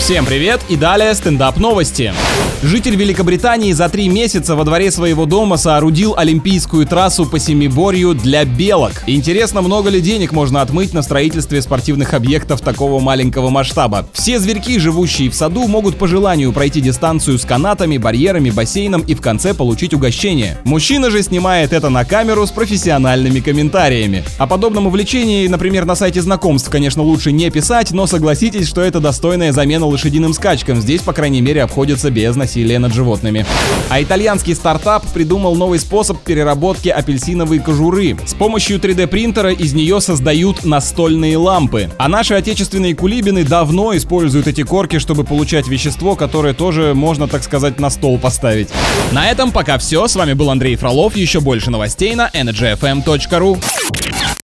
Всем привет и далее стендап-новости. Житель Великобритании за 3 месяца во дворе своего дома соорудил олимпийскую трассу по семиборью для белок. Интересно, много ли денег можно отмыть на строительстве спортивных объектов такого маленького масштаба? Все зверьки, живущие в саду, могут по желанию пройти дистанцию с канатами, барьерами, бассейном и в конце получить угощение. Мужчина же снимает это на камеру с профессиональными комментариями. О подобном увлечении, например, на сайте знакомств, конечно, лучше не писать, но согласитесь, что это достойная замена лошадиным скачкам. Здесь, по крайней мере, обходится без насилия над животными. А итальянский стартап придумал новый способ переработки апельсиновой кожуры. С помощью 3D-принтера из нее создают настольные лампы. А наши отечественные кулибины давно используют эти корки, чтобы получать вещество, которое тоже можно, так сказать, на стол поставить. На этом пока все. С вами был Андрей Фролов. Еще больше новостей на energyfm.ru.